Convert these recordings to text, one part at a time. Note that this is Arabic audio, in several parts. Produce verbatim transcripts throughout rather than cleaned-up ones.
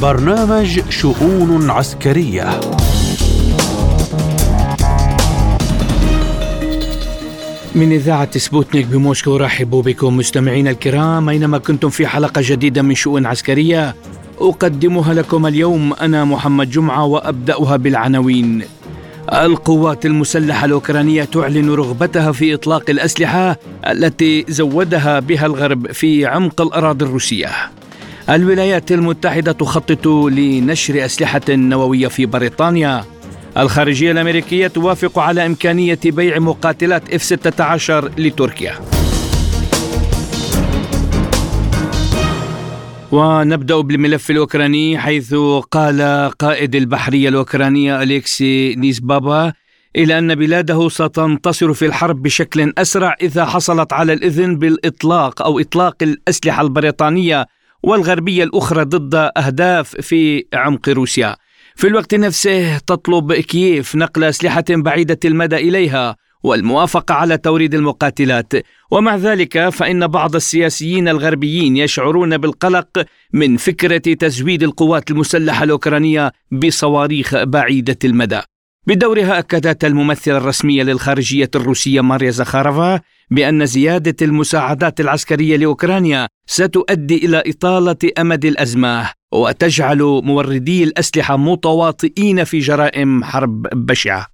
برنامج شؤون عسكرية. من إذاعة سبوتنيك بموسكو رحب بكم مستمعين الكرام أينما كنتم في حلقة جديدة من شؤون عسكرية أقدمها لكم اليوم أنا محمد جمعة، وأبدأها بالعناوين. القوات المسلحة الأوكرانية تعلن رغبتها في إطلاق الأسلحة التي زودها بها الغرب في عمق الأراضي الروسية. الولايات المتحدة تخطط لنشر أسلحة نووية في بريطانيا. الخارجية الأمريكية توافق على إمكانية بيع مقاتلات إف ستة عشر لتركيا. ونبدأ بالملف الأوكراني، حيث قال قائد البحرية الأوكرانية أليكسي نيزبابا إلى أن بلاده ستنتصر في الحرب بشكل أسرع إذا حصلت على الإذن بالإطلاق أو إطلاق الأسلحة البريطانية والغربية الأخرى ضد أهداف في عمق روسيا. في الوقت نفسه تطلب كييف نقل أسلحة بعيدة المدى إليها والموافقة على توريد المقاتلات. ومع ذلك فإن بعض السياسيين الغربيين يشعرون بالقلق من فكرة تزويد القوات المسلحة الأوكرانية بصواريخ بعيدة المدى. بدورها أكدت الممثلة الرسمية للخارجية الروسية ماريا زخارفا بأن زيادة المساعدات العسكرية لأوكرانيا ستؤدي إلى إطالة أمد الأزمة وتجعل موردي الأسلحة متواطئين في جرائم حرب بشعة.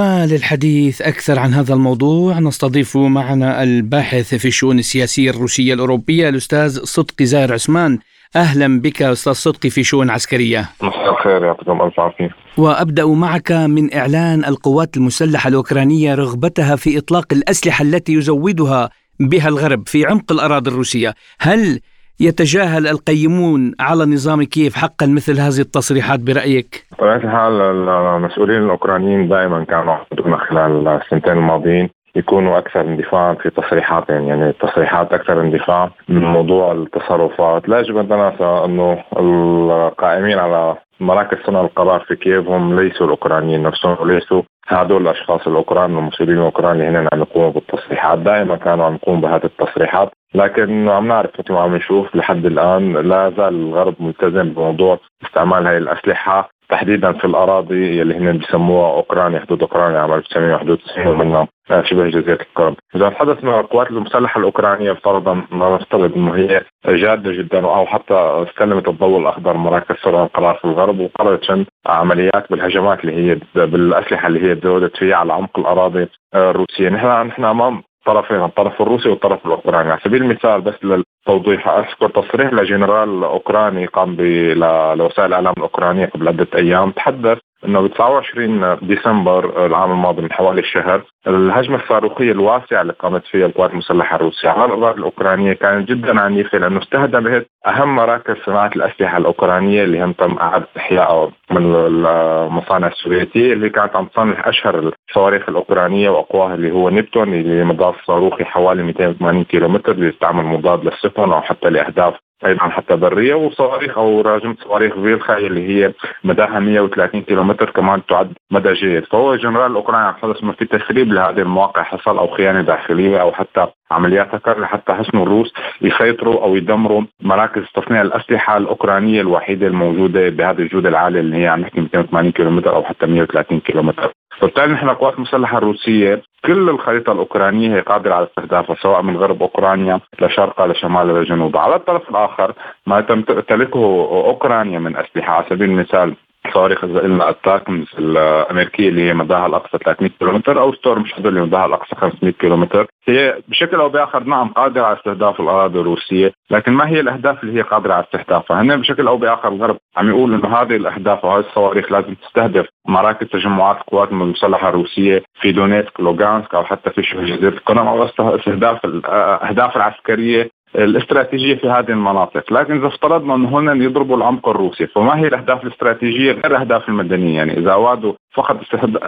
وللحديث أكثر عن هذا الموضوع نستضيف معنا الباحث في الشؤون السياسية الروسية الأوروبية الأستاذ صدقي زاهر عثمان. أهلا بك أستاذ صدقي في شؤون عسكرية. مساء الخير، يعطيكم ألف عافية. وأبدأ معك من إعلان القوات المسلحة الأوكرانية رغبتها في إطلاق الأسلحة التي يزودها بها الغرب في عمق الأراضي الروسية. هل يتجاهل القيمون على نظام كييف حقا مثل هذه التصريحات برأيك؟ بطبيعة الحال المسؤولين الأوكرانيين دائما كانوا يعودون خلال السنتين الماضيين يكونوا أكثر اندفاعا في تصريحاتهم، يعني التصريحات أكثر اندفاع من موضوع التصرفات. لا يجب أن ننسى أنه القائمين على مراكز صنع القرار في كييف هم ليسوا الأوكرانيين نفسهم، وليسوا هذول الأشخاص الأوكران المسؤولين الأوكران اللي هنا عم يقوموا بالتصريحات. دائما كانوا عم يقوموا بهذه التصريحات، لكن عم نعرف مثل ما عم نشوف لحد الآن لا زال الغرب ملتزم بموضوع استعمال هذه الأسلحة تحديدا في الأراضي اللي هن بيسموها أوكرانيا، حدود أوكرانيا عام ألف وتسعمائة وواحد وتسعين ومنها شبه جزيرة القرم. إذا تحدثنا عن القوات المسلحة الأوكرانية فرضا ما نفترض أنه هي جادة جدا أو حتى استلمت الضوء الأخضر مراكز صنع القرار في الغرب وقررت شن عمليات بالهجمات اللي هي بالأسلحة اللي هي تزودت فيها على عمق الأراضي الروسية. نحن نحن أمام طرفين، الطرف الروسي والطرف الأوكراني. على سبيل المثال بس للتوضيح أذكر تصريح لجنرال أوكراني قام لوسائل الإعلام الأوكرانية قبل عدة أيام، تحدث أنه ب تسعة وعشرين ديسمبر العام الماضي من حوالي الشهر الهجمة الصاروخية الواسعة اللي قامت فيها القوات المسلحة الروسية على الأراضي الأوكرانية كانت جدا عنيفة، لأنه استهدفت أهم مراكز صناعة الأسلحة الأوكرانية اللي هم تم إعادة إحيائها من المصانع السوفيتية اللي كانت عم تصنع أشهر الصواريخ الأوكرانية وأقواها اللي هو نيبتون اللي مدار صاروخي حوالي مئتين وثمانين كيلومتر اللي يستعمل مضاد للسفن أو حتى لأهداف أيضا حتى برية، وصواريخ أو راجمة صواريخ فيلخا اللي هي مداها مئة وثلاثين كيلومتر كمان تعد مدى جيد. فهو جنرال الأوكراني عم يحدث إنه في تخريب لهذه المواقع حصل أو خيانة داخلية أو حتى عمليات هكر حتى حسنوا الروس يسيطروا أو يدمروا مراكز تصنيع الأسلحة الأوكرانية الوحيدة الموجودة بهذه الجودة العالية اللي هي عم نحكي مئتين وثمانين كيلومتر أو حتى مئة وثلاثين كيلومتر. فبالتالي نحن القوات المسلحة الروسية كل الخريطة الأوكرانية هي قادرة على استهدافها سواء من غرب أوكرانيا لشرقها لشمالها لجنوبها. على الطرف الآخر ما تمتلكه أوكرانيا من أسلحة على سبيل المثال صواريخ التاكمز الأمريكية اللي هي مداها الأقصى ثلاثمئة كيلومتر أو ستورم شادو اللي مداها الأقصى خمسمئة كيلومتر، هي بشكل أو بآخر نعم قادرة على استهداف الأراضي الروسية، لكن ما هي الأهداف اللي هي قادرة على استهدافها؟ هن بشكل أو بآخر الغرب عم يقول إنه هذه الأهداف وهذه الصواريخ لازم تستهدف مراكز تجمعات القوات المسلحة الروسية في دونيتسك لوغانسك أو حتى في شبه جزيرة القرم أو استهداف الأهداف العسكرية الاستراتيجية في هذه المناطق. لكن إذا افترضنا أن هنا يضربوا العمق الروسي فما هي الأهداف الاستراتيجية غير الأهداف المدنية؟ يعني إذا أرادوا فقط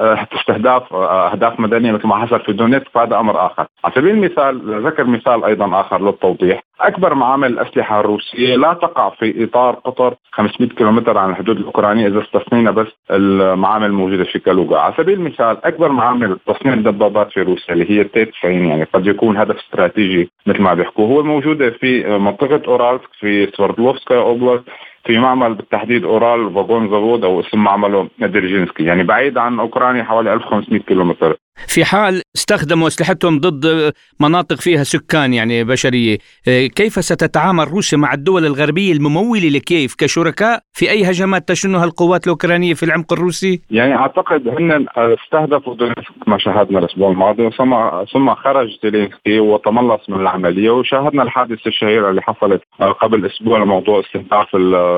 استهداف أهداف مدنية مثل ما حصل في دونيتسك فهذا أمر آخر. على سبيل المثال ذكر مثال أيضا آخر للتوضيح، أكبر معامل الأسلحة الروسية لا تقع في إطار قطر خمسمئة كيلومتر عن الحدود الأوكرانية إذا استثنينا بس المعامل الموجودة في كالوغا. على سبيل المثال أكبر معامل تصنيع الدبابات في روسيا اللي هي تي تسعين، يعني قد يكون هدف استراتيجي مثل ما بيحكوا، هو موجودة في منطقة أورالسك في سفردلوفسكا أوبلاست في معمل بالتحديد أورال فاغون زافود أو اسم معمله ديرجينسكي، يعني بعيد عن أوكرانيا حوالي ألف وخمسمائة كيلومتر. في حال استخدموا أسلحتهم ضد مناطق فيها سكان يعني بشرية، كيف ستتعامل روسيا مع الدول الغربية الممولة لكييف كشركاء في أي هجمات تشنها القوات الأوكرانية في العمق الروسي؟ يعني أعتقد أن استهدفوا ما شاهدنا الأسبوع الماضي، ثم ثم خرج زيلينسكي وتملص من العملية، وشاهدنا الحادثة الشهيرة اللي حصلت قبل أسبوع لموضوع استهداف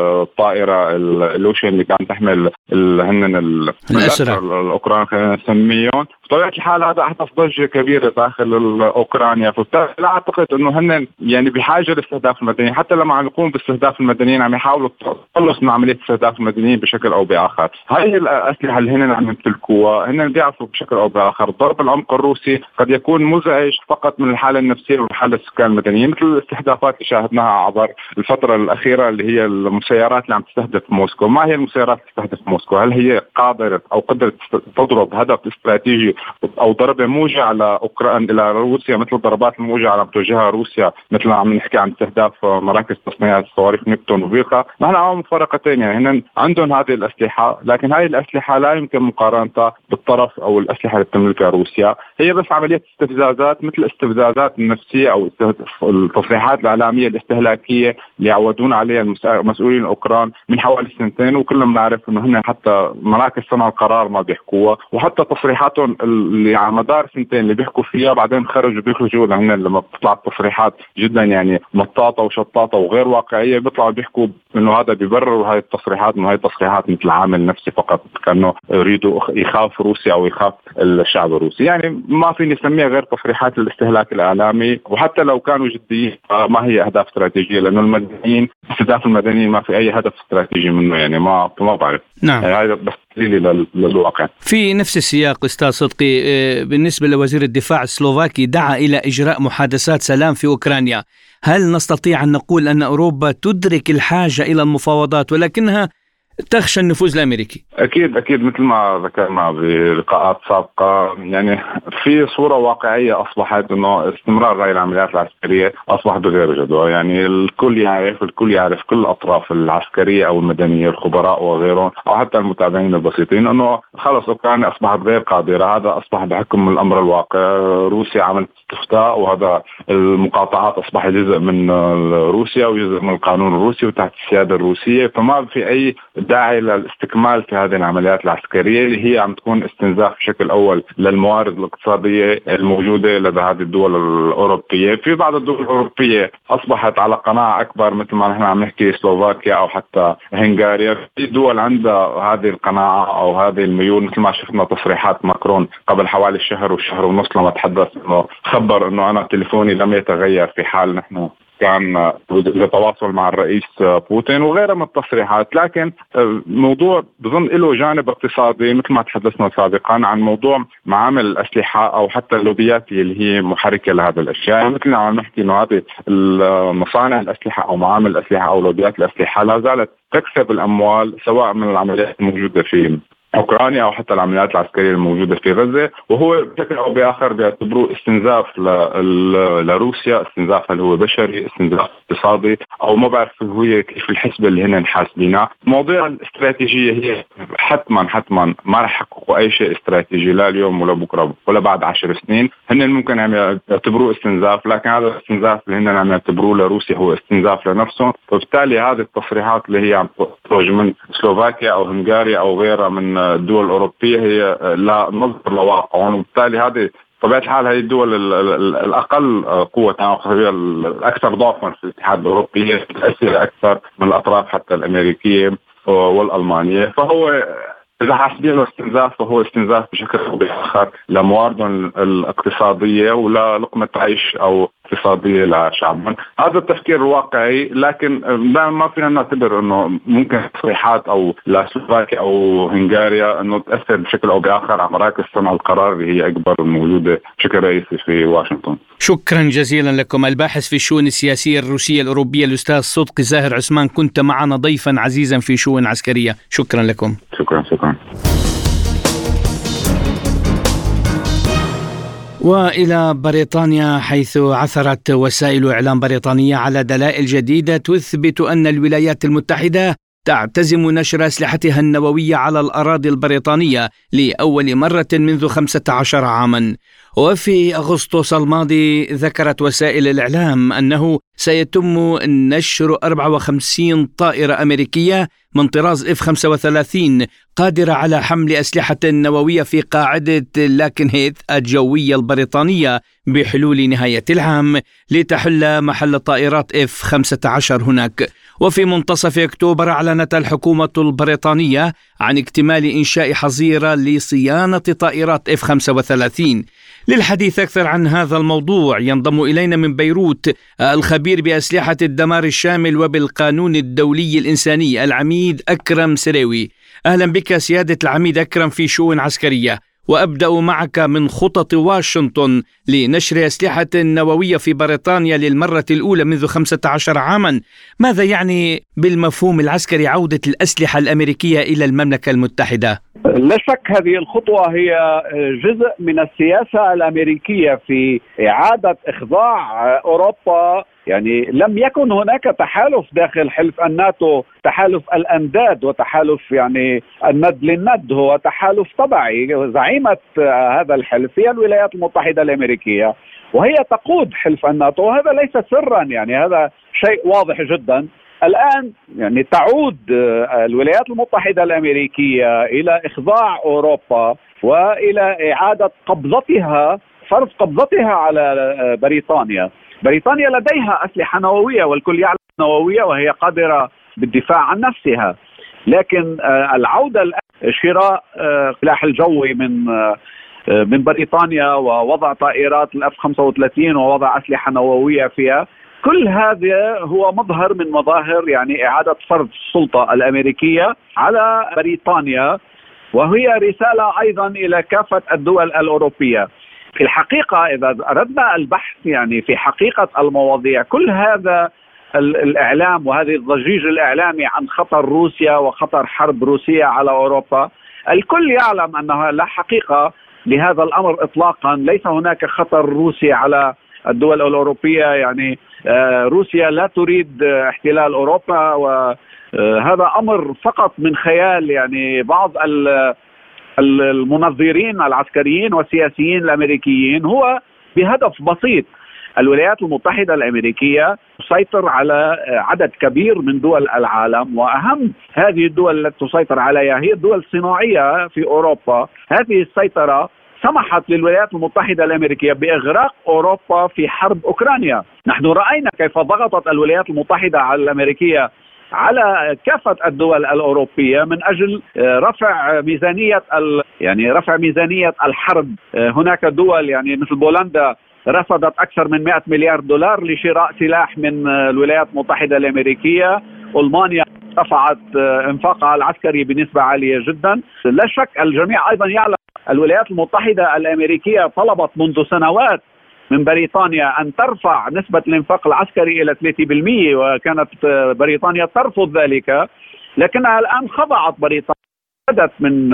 الطائرة اللوشن اللي كانت تحمل هن الأسرى الأوكران خلينا نسميهم. بطبيعة الحال هذا أحدث ضجة كبيرة داخل أوكرانيا، فلا أعتقد أنه هن يعني بحاجة لاستهداف المدنيين. حتى لما عم يقوموا باستهداف المدنيين عم يحاولوا يتخلصوا من عملية استهداف المدنيين بشكل أو بآخر. هاي الأسلحة اللي هن عم يمتلكوها هن بيعرفوا بشكل أو بآخر ضرب العمق الروسي قد يكون مزعج فقط من الحالة النفسية والحالة السكان المدنيين، مثل الاستهدافات اللي شاهدناها عبر الفترة الأخيرة اللي هي المسيرات اللي عم تستهدف موسكو. ما هي المسيرات اللي تستهدف موسكو؟ هل هي قادرة أو قدرت تضرب هدف استراتيجي أو ضربة موجعة على أوكرانيا إلى روسيا مثل الضربات الموجعة اللي عم توجهها روسيا، مثل ما عم نحكي عن استهداف مراكز تصنيع صواريخ نيبتون وفيركا؟ نحن عم مفارقتين، يعني هن عندهم هذه الأسلحة، لكن هذه الأسلحة لا يمكن مقارنتها بالطرف أو الأسلحة اللي تملكها روسيا. هي بس عملية استفزازات مثل الاستفزازات النفسية أو التصريحات الإعلامية الاستهلاكية اللي عودونا عليها المسؤولين الأوكران من حوالي سنتين، وكلنا بنعرف إنه هن حتى مراكز صنع القرار ما بيحكوها، وحتى تصريحاتهم اللي على مدار سنتين اللي بيحكوا فيها بعدين خرجوا بيخرجوا لهن لما بتطلع التصريحات جدا يعني مطاطة وشطاطة وغير واقعية، بيطلعوا بيحكوا إنه هذا بيبرروا هاي التصريحات إنه هاي التصريحات مثل عامل نفسي فقط، كأنه يريدوا يخاف روسيا أو يخاف الشعب الروسي. يعني ما فيني اسميها غير تصريحات الاستهلاك الإعلامي، وحتى لو كانوا جديين ما هي أهداف استراتيجية، لأنه المدنيين استهداف المدنيين ما في أي هدف استراتيجي منه، يعني ما ما بعرف. نعم. يعني هذا بس دليل للواقع. في نفس السياق أستاذ صدقي، بالنسبة لوزير الدفاع السلوفاكي دعا إلى إجراء محادثات سلام في أوكرانيا. هل نستطيع أن نقول أن أوروبا تدرك الحاجة إلى المفاوضات ولكنها تخشى النفوذ الأمريكي؟ أكيد أكيد مثل ما ذكرنا بلقاءات سابقة، يعني في صورة واقعية أصبحت أنه استمرار هذه العمليات العسكرية أصبح بغير جدوى. يعني الكل يعرف الكل يعرف كل الأطراف العسكرية أو المدنية الخبراء وغيرهم أو حتى المتابعين البسيطين أنه خلص أوكرانيا أصبحت غير قادرة. هذا أصبح بحكم الأمر الواقع. روسيا عملت استفتاء وهذا المقاطعات أصبح جزء من روسيا وجزء من القانون الروسي وتحت السيادة الروسية، فما في أي داعي للاستكمال في هذه العمليات العسكرية اللي هي عم تكون استنزاف بشكل أول للموارد الاقتصادية الموجودة لدى هذه الدول الأوروبية. في بعض الدول الأوروبية أصبحت على قناعة أكبر مثل ما نحن عم نحكي سلوفاكيا أو حتى هنغاريا، في دول عندها هذه القناعة أو هذه الميول، مثل ما شفنا تصريحات ماكرون قبل حوالي شهر وشهر ونص لما تحدث إنه خبر إنه أنا تليفوني لم يتغير في حال نحن كان يتواصل مع الرئيس بوتين وغيرها من التصريحات. لكن الموضوع بظن له جانب اقتصادي مثل ما تحدثنا سابقا عن موضوع معامل الأسلحة أو حتى اللوبيات اللي هي محركة لهذا الأشياء. مثل ما عم نحكي إنه هذه مصانع الأسلحة أو معامل الأسلحة أو لوبيات الأسلحة لا زالت تكسب الأموال سواء من العمليات الموجودة في أوكرانيا أو حتى العمليات العسكرية الموجودة في غزة، وهو بشكل أو بآخر بيعتبروه استنزاف لروسيا. استنزاف هل هو بشري، استنزاف اقتصادي، أو ما بعرف هو كيف الحسبة اللي هنا حاسبينها. مواضيع الاستراتيجية هي حتما حتما ما رح يحققوا أي شيء استراتيجي لا اليوم ولا بكرة ولا بعد عشر سنين. هن ممكن عم يعتبروه استنزاف، لكن هذا الاستنزاف اللي هن عم يعتبروه لروسيا هو استنزاف لنفسهم. وبالتالي هذه التصريحات اللي هي عم تخرج من سلوفاكيا أو هنغاريا أو غيرها من الدول الأوروبية هي لا نظر لواقعهم، وبالتالي هذه طبيعة الحال هذه الدول الأقل قوة أو الأكثر ضعفا في الاتحاد الأوروبي تأثير أكثر من الأطراف حتى الأمريكية والألمانية. فهو إذا حاسبينه استنزاف فهو استنزاف بشكل أو بآخر لمواردهم الاقتصادية ولا لقمة عيش أو اقتصادية لشعبهم. هذا التفكير الواقعي، لكن ما فينا نعتبر أنه ممكن تصريحات أو لسلوفاكيا أو هنغاريا أنه تأثر بشكل أو بآخر على مراكز صنع القرار اللي هي أكبر الموجودة بشكل رئيسي في واشنطن. شكرا جزيلا لكم. الباحث في الشؤون السياسية الروسية الأوروبية الأستاذ صدقي زاهر عثمان، كنت معنا ضيفا عزيزا في شؤون عسكرية. شكرا لكم. شكرا شكرا. وإلى بريطانيا، حيث عثرت وسائل إعلام بريطانية على دلائل جديدة تثبت أن الولايات المتحدة تعتزم نشر أسلحتها النووية على الأراضي البريطانية لأول مرة منذ خمسة عشر عاما. وفي أغسطس الماضي ذكرت وسائل الإعلام أنه سيتم نشر أربعة وخمسين طائرة أمريكية من طراز إف خمسة وثلاثين قادرة على حمل أسلحة نووية في قاعدة لاكنهيث الجوية البريطانية بحلول نهاية العام لتحل محل طائرات إف خمسة عشر هناك. وفي منتصف أكتوبر أعلنت الحكومة البريطانية عن اكتمال إنشاء حظيرة لصيانة طائرات إف خمسة وثلاثين. للحديث أكثر عن هذا الموضوع ينضم إلينا من بيروت الخبير بأسلحة الدمار الشامل وبالقانون الدولي الإنساني العميد أكرم سريوي. أهلا بك سيادة العميد أكرم في شؤون عسكرية، وأبدأ معك من خطط واشنطن لنشر أسلحة نووية في بريطانيا للمرة الأولى منذ خمسة عشر عاما. ماذا يعني بالمفهوم العسكري عودة الأسلحة الأمريكية إلى المملكة المتحدة؟ لا شك هذه الخطوة هي جزء من السياسة الأمريكية في إعادة إخضاع أوروبا. يعني لم يكن هناك تحالف داخل حلف الناتو، تحالف الأنداد وتحالف يعني الند للند، هو تحالف طبيعي. زعيمة هذا الحلف هي الولايات المتحدة الأمريكية وهي تقود حلف الناتو، وهذا ليس سرا، يعني هذا شيء واضح جدا. الآن يعني تعود الولايات المتحدة الأمريكية إلى إخضاع أوروبا وإلى إعادة قبضتها، فرض قبضتها على بريطانيا. بريطانيا لديها أسلحة نووية والكل يعلم نووية وهي قادرة بالدفاع عن نفسها، لكن العودة الآن شراء السلاح الجوي من من بريطانيا ووضع طائرات الإف خمسة وثلاثين ووضع أسلحة نووية فيها، كل هذا هو مظهر من مظاهر يعني إعادة فرض السلطة الأمريكية على بريطانيا، وهي رسالة أيضا إلى كافة الدول الأوروبية. في الحقيقة إذا أردنا البحث يعني في حقيقة المواضيع، كل هذا الإعلام وهذه الضجيج الإعلامي عن خطر روسيا وخطر حرب روسية على أوروبا، الكل يعلم أنها لا حقيقة لهذا الأمر إطلاقا. ليس هناك خطر روسي على الدول الأوروبية، يعني روسيا لا تريد احتلال أوروبا، وهذا أمر فقط من خيال يعني بعض المنظرين العسكريين والسياسيين الأمريكيين، هو بهدف بسيط. الولايات المتحدة الأمريكية تسيطر على عدد كبير من دول العالم، وأهم هذه الدول التي تسيطر عليها هي الدول الصناعية في أوروبا. هذه السيطرة سمحت للولايات المتحدة الأمريكية بإغراق أوروبا في حرب أوكرانيا. نحن رأينا كيف ضغطت الولايات المتحدة الأمريكية على كافة الدول الأوروبية من أجل رفع ميزانية يعني رفع ميزانية الحرب. هناك دول يعني مثل بولندا رصدت أكثر من مئة مليار دولار لشراء سلاح من الولايات المتحدة الأمريكية. ألمانيا رفعت انفاقها العسكري بنسبة عالية جدا. لا شك الجميع أيضا يعلم الولايات المتحدة الأمريكية طلبت منذ سنوات من بريطانيا أن ترفع نسبة الانفاق العسكري إلى ثلاثة بالمئة، وكانت بريطانيا ترفض ذلك، لكنها الآن خضعت بريطانيا بدأت من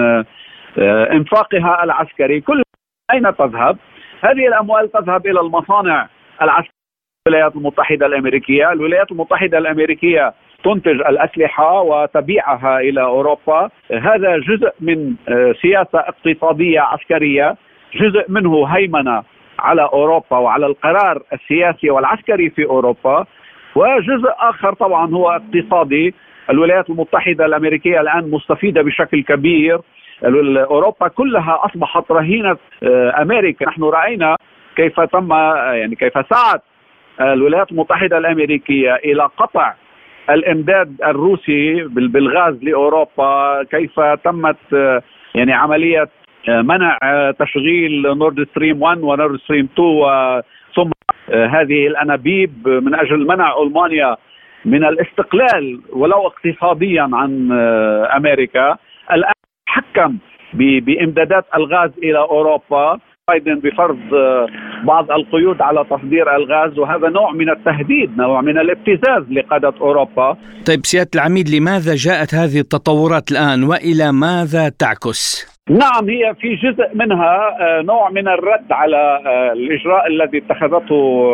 انفاقها العسكري. كل أين تذهب؟ هذه الأموال تذهب إلى المصانع العسكرية في الولايات المتحدة الأمريكية. الولايات المتحدة الأمريكية تنتج الأسلحة وتبيعها إلى أوروبا. هذا جزء من سياسة اقتصادية عسكرية، جزء منه هيمنة على أوروبا وعلى القرار السياسي والعسكري في أوروبا، وجزء آخر طبعا هو اقتصادي. الولايات المتحدة الأمريكية الآن مستفيدة بشكل كبير. أوروبا كلها أصبحت رهينة أمريكا. نحن رأينا كيف تم يعني كيف سعت الولايات المتحدة الأمريكية إلى قطع الإمداد الروسي بالغاز لأوروبا، كيف تمت يعني عملية منع تشغيل نورد ستريم واحد ونورد ستريم اثنين، ثم هذه الأنابيب من أجل منع ألمانيا من الاستقلال ولو اقتصاديا عن أمريكا. الآن حكم بإمدادات الغاز إلى أوروبا، بايدن بفرض بعض القيود على تصدير الغاز، وهذا نوع من التهديد، نوع من الابتزاز لقادة أوروبا. طيب سيادة العميد، لماذا جاءت هذه التطورات الآن وإلى ماذا تعكس؟ نعم، هي في جزء منها نوع من الرد على الإجراء الذي اتخذته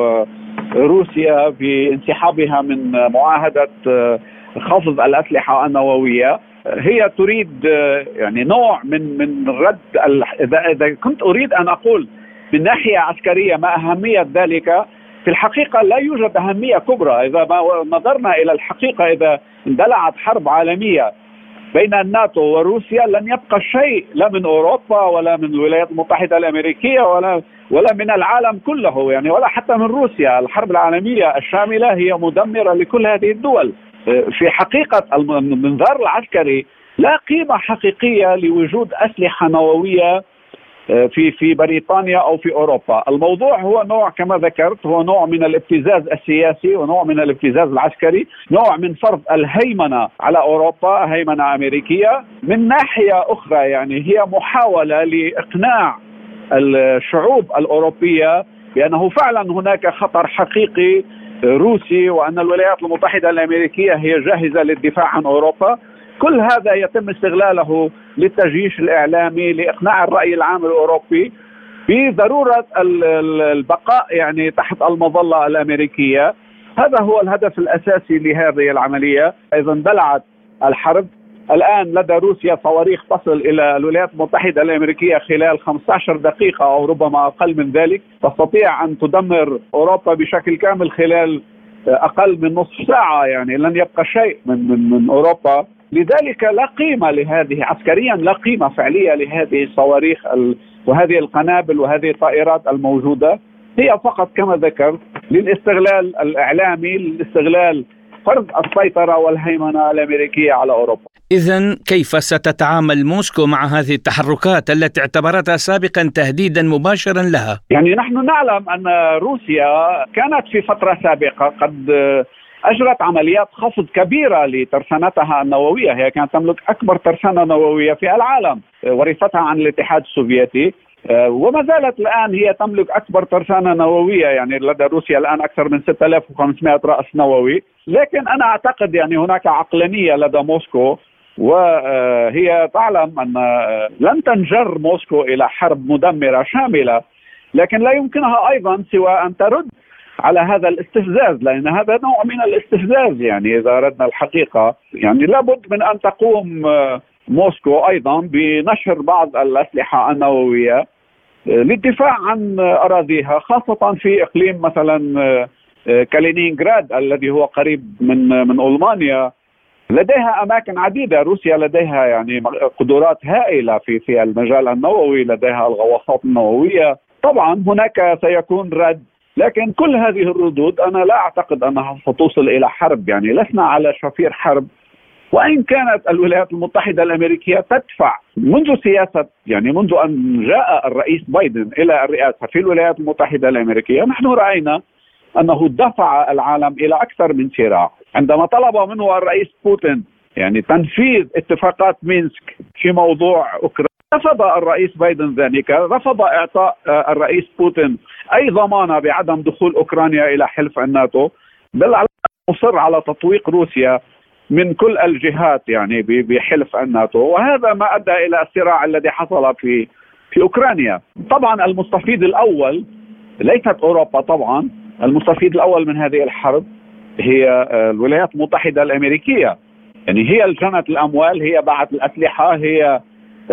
روسيا بانسحابها من معاهدة خفض الأسلحة النووية. هي تريد يعني نوع من من رد. إذا كنت أريد أن أقول من ناحية عسكرية ما أهمية ذلك، في الحقيقة لا يوجد أهمية كبرى. إذا نظرنا إلى الحقيقة، إذا اندلعت حرب عالمية بين الناتو وروسيا لن يبقى شيء، لا من أوروبا ولا من الولايات المتحدة الأمريكية ولا ولا من العالم كله، يعني ولا حتى من روسيا. الحرب العالمية الشاملة هي مدمرة لكل هذه الدول. في حقيقة المنظار العسكري لا قيمة حقيقية لوجود أسلحة نووية في في بريطانيا أو في أوروبا. الموضوع هو نوع، كما ذكرت، هو نوع من الابتزاز السياسي ونوع من الابتزاز العسكري، نوع من فرض الهيمنة على أوروبا، هيمنة أمريكية. من ناحية أخرى يعني هي محاولة لإقناع الشعوب الأوروبية بأنه فعلا هناك خطر حقيقي روسي، وأن الولايات المتحدة الأمريكية هي جاهزة للدفاع عن أوروبا. كل هذا يتم استغلاله للتجيش الإعلامي لإقناع الرأي العام الأوروبي بضرورة البقاء يعني تحت المظلة الأمريكية. هذا هو الهدف الأساسي لهذه العملية. إذا اندلعت الحرب الآن لدى روسيا صواريخ تصل إلى الولايات المتحدة الأمريكية خلال خمسة عشر دقيقة أو ربما أقل من ذلك، تستطيع أن تدمر أوروبا بشكل كامل خلال أقل من نصف ساعة. يعني لن يبقى شيء من من, من أوروبا. لذلك لا قيمة لهذه عسكريا، لا قيمة فعلية لهذه الصواريخ وهذه القنابل وهذه الطائرات الموجودة. هي فقط كما ذكرت للاستغلال الإعلامي، للاستغلال فرض السيطرة والهيمنة الأمريكية على أوروبا. إذن كيف ستتعامل موسكو مع هذه التحركات التي اعتبرتها سابقا تهديدا مباشرا لها؟ يعني نحن نعلم أن روسيا كانت في فترة سابقة قد أجرت عمليات خفض كبيرة لترسانتها النووية. هي كانت تملك أكبر ترسانة نووية في العالم، ورثتها عن الاتحاد السوفيتي، وما زالت الآن هي تملك أكبر ترسانة نووية. يعني لدى روسيا الآن أكثر من ستة آلاف وخمسمائة رأس نووي. لكن أنا أعتقد يعني هناك عقلانية لدى موسكو، وهي تعلم أن لن تنجر موسكو إلى حرب مدمرة شاملة، لكن لا يمكنها أيضا سوى أن ترد على هذا الاستفزاز، لأن هذا نوع من الاستفزاز. يعني إذا أردنا الحقيقة يعني لابد من أن تقوم موسكو أيضا بنشر بعض الأسلحة النووية للدفاع عن أراضيها، خاصة في إقليم مثلا كالينينغراد الذي هو قريب من من ألمانيا. لديها أماكن عديدة، روسيا لديها يعني قدرات هائلة في في المجال النووي، لديها الغواصات النووية. طبعا هناك سيكون رد، لكن كل هذه الردود أنا لا أعتقد أنها ستوصل إلى حرب. يعني لسنا على شفير حرب، وإن كانت الولايات المتحدة الأمريكية تدفع منذ سياسة يعني منذ أن جاء الرئيس بايدن إلى الرئاسة في الولايات المتحدة الأمريكية، نحن رأينا أنه دفع العالم إلى أكثر من صراع. عندما طلب منه الرئيس بوتين يعني تنفيذ اتفاقات مينسك في موضوع أوكرانيا، رفض الرئيس بايدن ذلك، رفض إعطاء الرئيس بوتين أي ضمانة بعدم دخول أوكرانيا إلى حلف الناتو، بل مصر على تطويق روسيا من كل الجهات يعني بحلف الناتو. وهذا ما أدى إلى الصراع الذي حصل في في أوكرانيا. طبعا المستفيد الأول ليست أوروبا، طبعا المستفيد الأول من هذه الحرب هي الولايات المتحدة الأمريكية. يعني هي الجنت الأموال، هي باعت الأسلحة، هي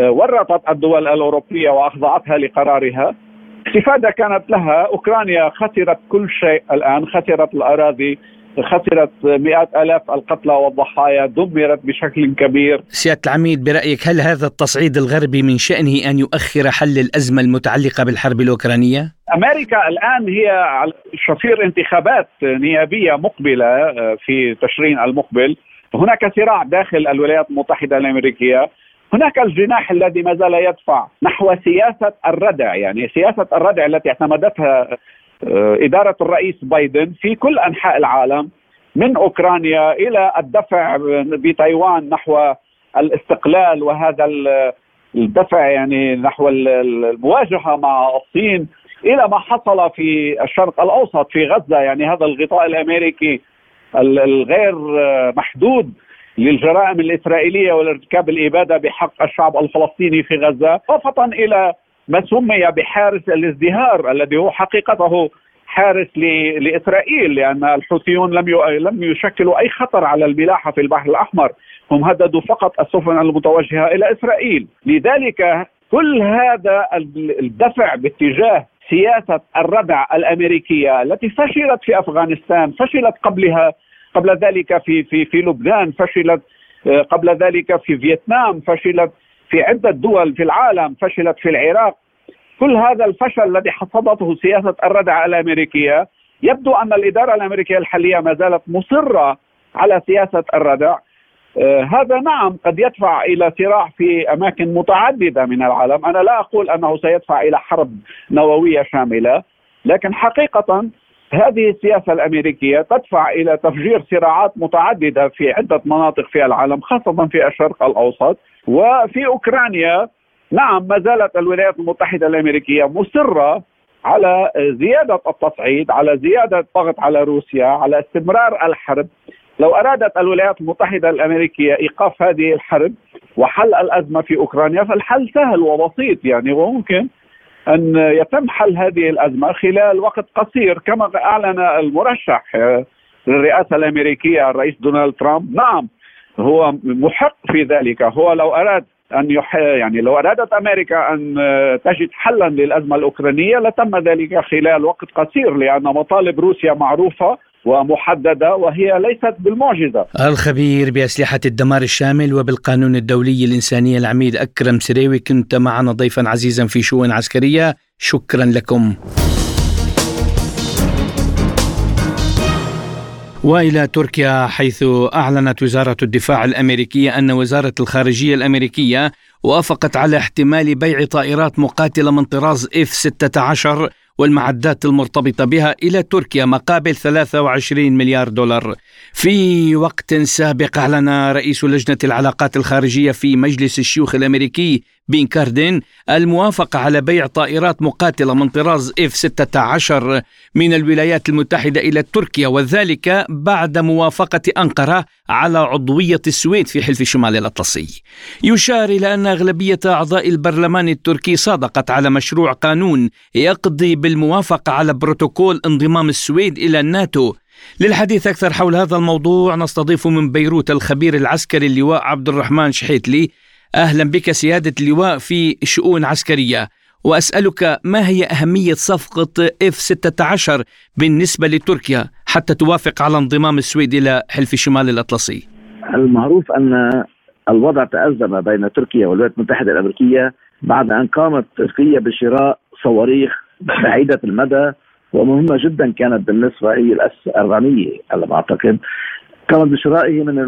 ورطت الدول الأوروبية وأخضعتها لقرارها. استفادة كانت لها. أوكرانيا خسرت كل شيء الآن، خسرت الأراضي، خسرت مئات آلاف القتلى والضحايا، دمرت بشكل كبير. سيادة العميد، برأيك هل هذا التصعيد الغربي من شأنه أن يؤخر حل الأزمة المتعلقة بالحرب الأوكرانية؟ أمريكا الآن هي شفير انتخابات نيابية مقبلة في تشرين المقبل. هناك صراع داخل الولايات المتحدة الأمريكية. هناك الجناح الذي ما زال يدفع نحو سياسة الردع، يعني سياسة الردع التي اعتمدتها إدارة الرئيس بايدن في كل أنحاء العالم، من أوكرانيا إلى الدفع بتايوان نحو الاستقلال وهذا الدفع يعني نحو المواجهة مع الصين إلى ما حصل في الشرق الأوسط في غزة، يعني هذا الغطاء الأمريكي الغير محدود للجرائم الإسرائيلية والارتكاب الإبادة بحق الشعب الفلسطيني في غزة، إضافة إلى ما سمي بحارس الازدهار الذي هو حقيقته حارس لإسرائيل، لأن الحوثيون لم لم يشكلوا أي خطر على الملاحة في البحر الأحمر، هم هددوا فقط السفن المتوجهة إلى إسرائيل. لذلك كل هذا الدفع باتجاه سياسة الردع الأمريكية التي فشلت في أفغانستان، فشلت قبلها قبل ذلك في في في لبنان، فشلت قبل ذلك في فيتنام، فشلت في عدة دول في العالم، فشلت في العراق. كل هذا الفشل الذي حصدته سياسة الردع الأمريكية، يبدو أن الإدارة الأمريكية الحالية ما زالت مصرة على سياسة الردع. آه هذا نعم قد يدفع إلى صراع في أماكن متعددة من العالم. أنا لا أقول أنه سيدفع إلى حرب نووية شاملة، لكن حقيقة هذه السياسة الأمريكية تدفع إلى تفجير صراعات متعددة في عدة مناطق في العالم، خاصة في الشرق الأوسط. وفي أوكرانيا نعم ما زالت الولايات المتحدة الأمريكية مصرة على زيادة التصعيد، على زيادة الضغط على روسيا، على استمرار الحرب. لو أرادت الولايات المتحدة الأمريكية إيقاف هذه الحرب وحل الأزمة في أوكرانيا فالحل سهل وبسيط يعني، وممكن أن يتم حل هذه الأزمة خلال وقت قصير كما أعلن المرشح للرئاسة الأمريكية الرئيس دونالد ترامب. نعم هو محق في ذلك، هو لو أراد أن يح... يعني لو أرادت أمريكا أن تجد حلا للأزمة الأوكرانية لتم ذلك خلال وقت قصير، لأن مطالب روسيا معروفة ومحددة وهي ليست بالمعجزة. الخبير بأسلحة الدمار الشامل وبالقانون الدولي الإنساني العميد أكرم سريوي، كنت معنا ضيفا عزيزا في شؤون عسكرية، شكرا لكم. وإلى تركيا، حيث أعلنت وزارة الدفاع الأمريكية أن وزارة الخارجية الأمريكية وافقت على احتمال بيع طائرات مقاتلة من طراز إف ستة عشر والمعدات المرتبطة بها إلى تركيا مقابل ثلاثة وعشرين مليار دولار. في وقت سابق أعلن رئيس لجنة العلاقات الخارجية في مجلس الشيوخ الأمريكي بين كاردين الموافقة على بيع طائرات مقاتلة من طراز إف ستة عشر من الولايات المتحدة إلى تركيا، وذلك بعد موافقة أنقرة على عضوية السويد في حلف الشمال الأطلسي. يشار إلى أن أغلبية أعضاء البرلمان التركي صادقت على مشروع قانون يقضي بالموافقة على بروتوكول انضمام السويد إلى الناتو. للحديث أكثر حول هذا الموضوع نستضيف من بيروت الخبير العسكري اللواء عبد الرحمن شحيتلي. أهلا بك سيادة اللواء في شؤون عسكرية، وأسألك ما هي أهمية صفقة إف ستة عشر بالنسبة لتركيا حتى توافق على انضمام السويد إلى حلف الشمال الأطلسي؟ المعروف أن الوضع تأزم بين تركيا والولايات المتحدة الأمريكية بعد أن قامت تركيا بشراء صواريخ بعيدة المدى ومهمة جدا كانت بالنسبة هي الأس أربعمية على ما أعتقد، قامت بشرائه من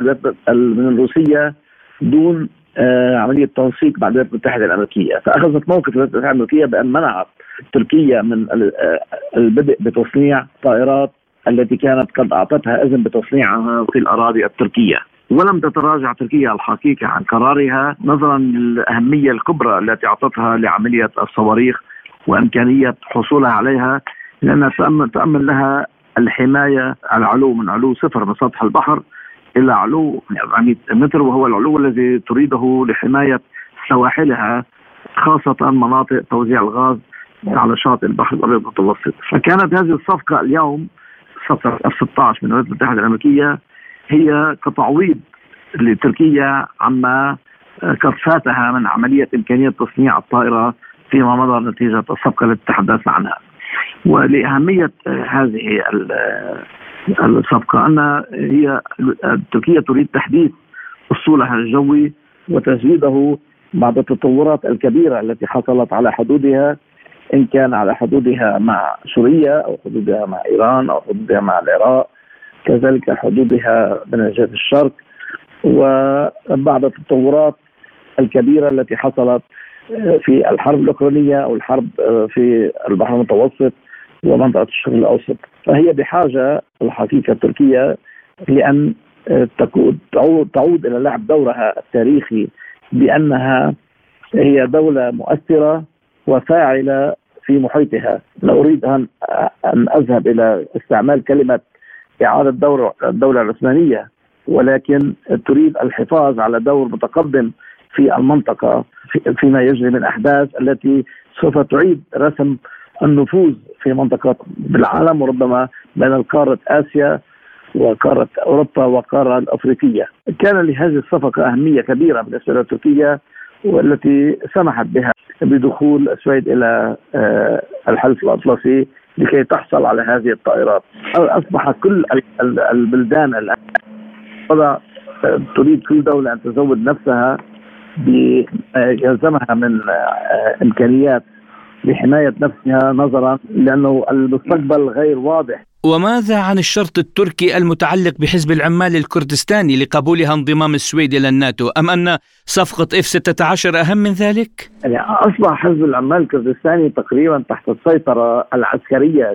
من الروسية دون آه عملية تنسيق مع الولايات المتحدة الأمريكية، فأخذت موقف الولايات المتحدة الأمريكية بأن منعت تركيا من البدء بتصنيع طائرات التي كانت قد أعطتها إذن بتصنيعها في الأراضي التركية، ولم تتراجع تركيا الحقيقة عن قرارها نظرا للأهمية الكبرى التي أعطتها لعملية الصواريخ وإمكانية حصولها عليها، لأنها تأمن, تأمن لها الحماية العلو من علو صفر من سطح البحر إلى علو أربعمائة متر، وهو العلو الذي تريده لحماية سواحلها خاصة مناطق توزيع الغاز على شاطئ البحر الأبيض المتوسط. فكانت هذه الصفقة اليوم صفقة إف ستة عشر من الولايات المتحدة الأمريكية هي كتعويض لتركيا عما قد فاتها من عملية إمكانية تصنيع الطائرة فيما مضى نتيجة الصفقة التي تحدثنا عنها. ولأهمية هذه الصفقة أن هي تركيا تريد تحديث أسطولها الجوي وتزويده بعد التطورات الكبيرة التي حصلت على حدودها، إن كان على حدودها مع سوريا أو حدودها مع إيران أو حدودها مع العراق، كذلك حدودها من جهة الشرق، وبعد التطورات الكبيرة التي حصلت في الحرب الأوكرانية أو الحرب في البحر المتوسط ومنطقة الشرق الأوسط. فهي بحاجة الحقيقة تركيا لأن تعود, تعود إلى لعب دورها التاريخي بأنها هي دولة مؤثرة وفاعلة في محيطها. لا أريد أن أن أذهب إلى استعمال كلمة إعادة دور الدولة العثمانية، ولكن تريد الحفاظ على دور متقدم في المنطقة فيما يجري من أحداث التي سوف تعيد رسم النفوذ في منطقة بالعالم، وربما بين القارة آسيا وقارة أوروبا وقارة الأفريقية. كان لهذه الصفقة أهمية كبيرة بالنسبة لتركيا، والتي سمحت بها بدخول السويد إلى الحلف الأطلسي لكي تحصل على هذه الطائرات. أصبح كل البلدان الآن تريد كل دولة أن تزود نفسها بيلزمها من إمكانيات لحماية نفسها، نظرا لأنه المستقبل غير واضح. وماذا عن الشرط التركي المتعلق بحزب العمال الكردستاني لقبولها انضمام السويد إلى الناتو، أم أن صفقة إف ستة عشر أهم من ذلك؟ يعني أصبح حزب العمال الكردستاني تقريبا تحت السيطرة العسكرية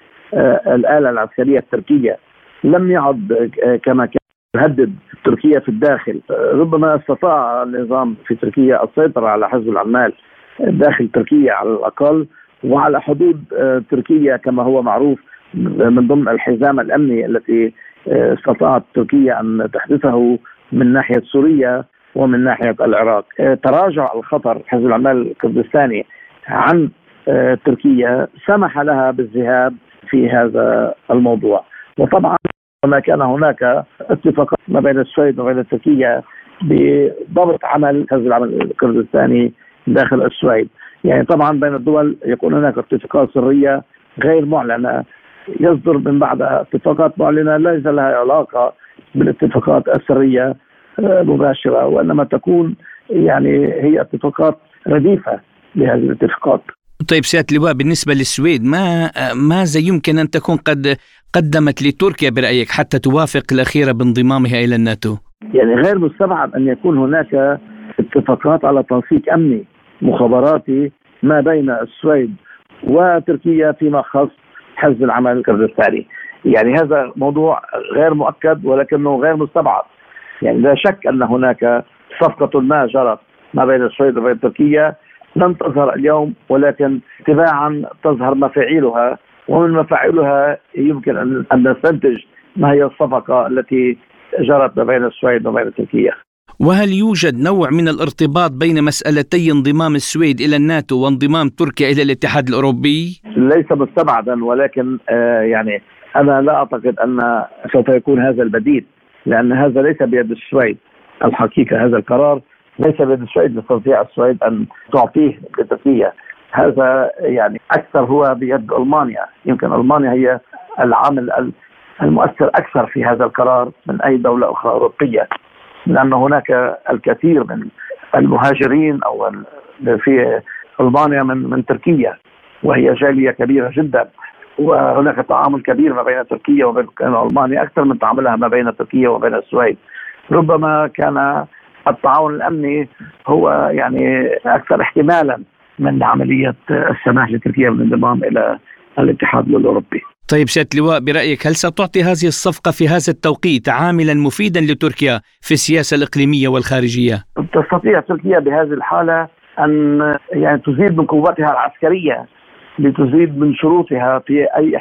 للآلة العسكرية التركية، لم يعد كما كان يهدد تركيا في الداخل. ربما استطاع النظام في تركيا السيطرة على حزب العمال داخل تركيا على الأقل، وعلى حدود تركيا كما هو معروف من ضمن الحزام الأمني التي استطاعت تركيا أن تحدثه من ناحية سوريا ومن ناحية العراق. تراجع الخطر حزب العمال الكردستاني عن تركيا سمح لها بالذهاب في هذا الموضوع. وطبعا ما كان هناك اتفاقات ما بين السويد وبين تركيا بضبط عمل حزب العمل الكردستاني داخل السويد. يعني طبعا بين الدول يكون هناك اتفاقات سرية غير معلنة، يصدر من بعدها اتفاقات معلنة ليس لها علاقة بالاتفاقات السرية مباشرة، وإنما تكون يعني هي اتفاقات رديفة لهذه الاتفاقات. طيب سيادة اللواء، بالنسبة للسويد ما ماذا يمكن أن تكون قد قدمت لتركيا برأيك حتى توافق الأخيرة بانضمامها إلى الناتو؟ يعني غير مستبعد أن يكون هناك اتفاقات على تنسيق أمني مخابراتي ما بين السويد وتركيا فيما خص حزب العمل الكردستاني. يعني هذا موضوع غير مؤكد ولكنه غير مستبعد. يعني لا شك أن هناك صفقة ما جرت ما بين السويد وبين تركيا لم تظهر اليوم، ولكن تباعا تظهر مفاعيلها، ومن مفاعيلها يمكن أن نستنتج ما هي الصفقة التي جرت ما بين السويد وبين تركيا. وهل يوجد نوع من الارتباط بين مسألتي انضمام السويد إلى الناتو وانضمام تركيا إلى الاتحاد الأوروبي؟ ليس مستبعدا، ولكن آه يعني أنا لا أعتقد أن سوف يكون هذا البديل، لأن هذا ليس بيد السويد. الحقيقة هذا القرار ليس بيد السويد، لتستطيع السويد أن تعطيه لتركيا. هذا يعني أكثر هو بيد ألمانيا. يمكن ألمانيا هي العامل المؤثر أكثر في هذا القرار من أي دولة أخرى أوروبية، لأن هناك الكثير من المهاجرين أو في ألمانيا من من تركيا، وهي جالية كبيرة جدا، وهناك تعامل كبير ما بين تركيا وبين ألمانيا أكثر من تعاملها ما بين تركيا وبين السويد. ربما كان التعاون الأمني هو يعني أكثر احتمالا من عملية السماح لتركيا بالانضمام إلى الاتحاد الأوروبي. طيب سيادة اللواء، برأيك هل ستعطي هذه الصفقة في هذا التوقيت عاملا مفيدا لتركيا في السياسة الإقليمية والخارجية؟ تستطيع تركيا بهذه الحالة أن يعني تزيد من قوتها العسكرية، لتزيد من شروطها في أي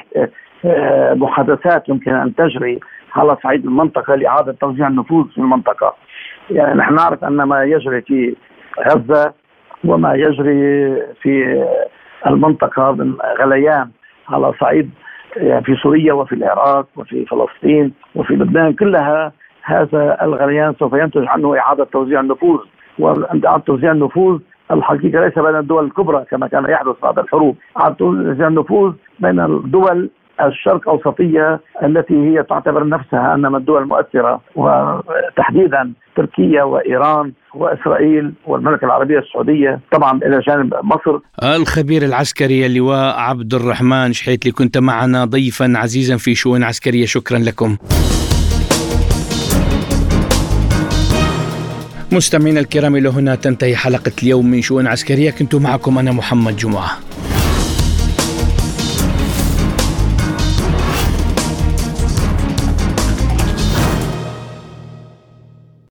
محادثات يمكن أن تجري على صعيد المنطقة لإعادة توزيع النفوذ في المنطقة. يعني نحن نعرف أن ما يجري في غزة وما يجري في المنطقة من غليان على صعيد يعني في سوريا وفي العراق وفي فلسطين وفي لبنان، كلها هذا الغليان سوف ينتج عنه إعادة توزيع النفوذ. وإعادة توزيع النفوذ الحقيقة ليس بين الدول الكبرى كما كان يحدث بعد الحروب، إعادة توزيع النفوذ بين الدول الشرق أوسطية التي هي تعتبر نفسها أنها الدول المؤثرة، وتحديدا تركيا وإيران وإسرائيل والمملكة العربية السعودية، طبعا إلى جانب مصر. الخبير العسكري اللواء عبد الرحمن شحيتلي، كنت معنا ضيفا عزيزا في شؤون عسكرية، شكرا لكم. مستمعينا الكرام، إلى هنا تنتهي حلقة اليوم من شؤون عسكرية، كنت معكم أنا محمد جمعة.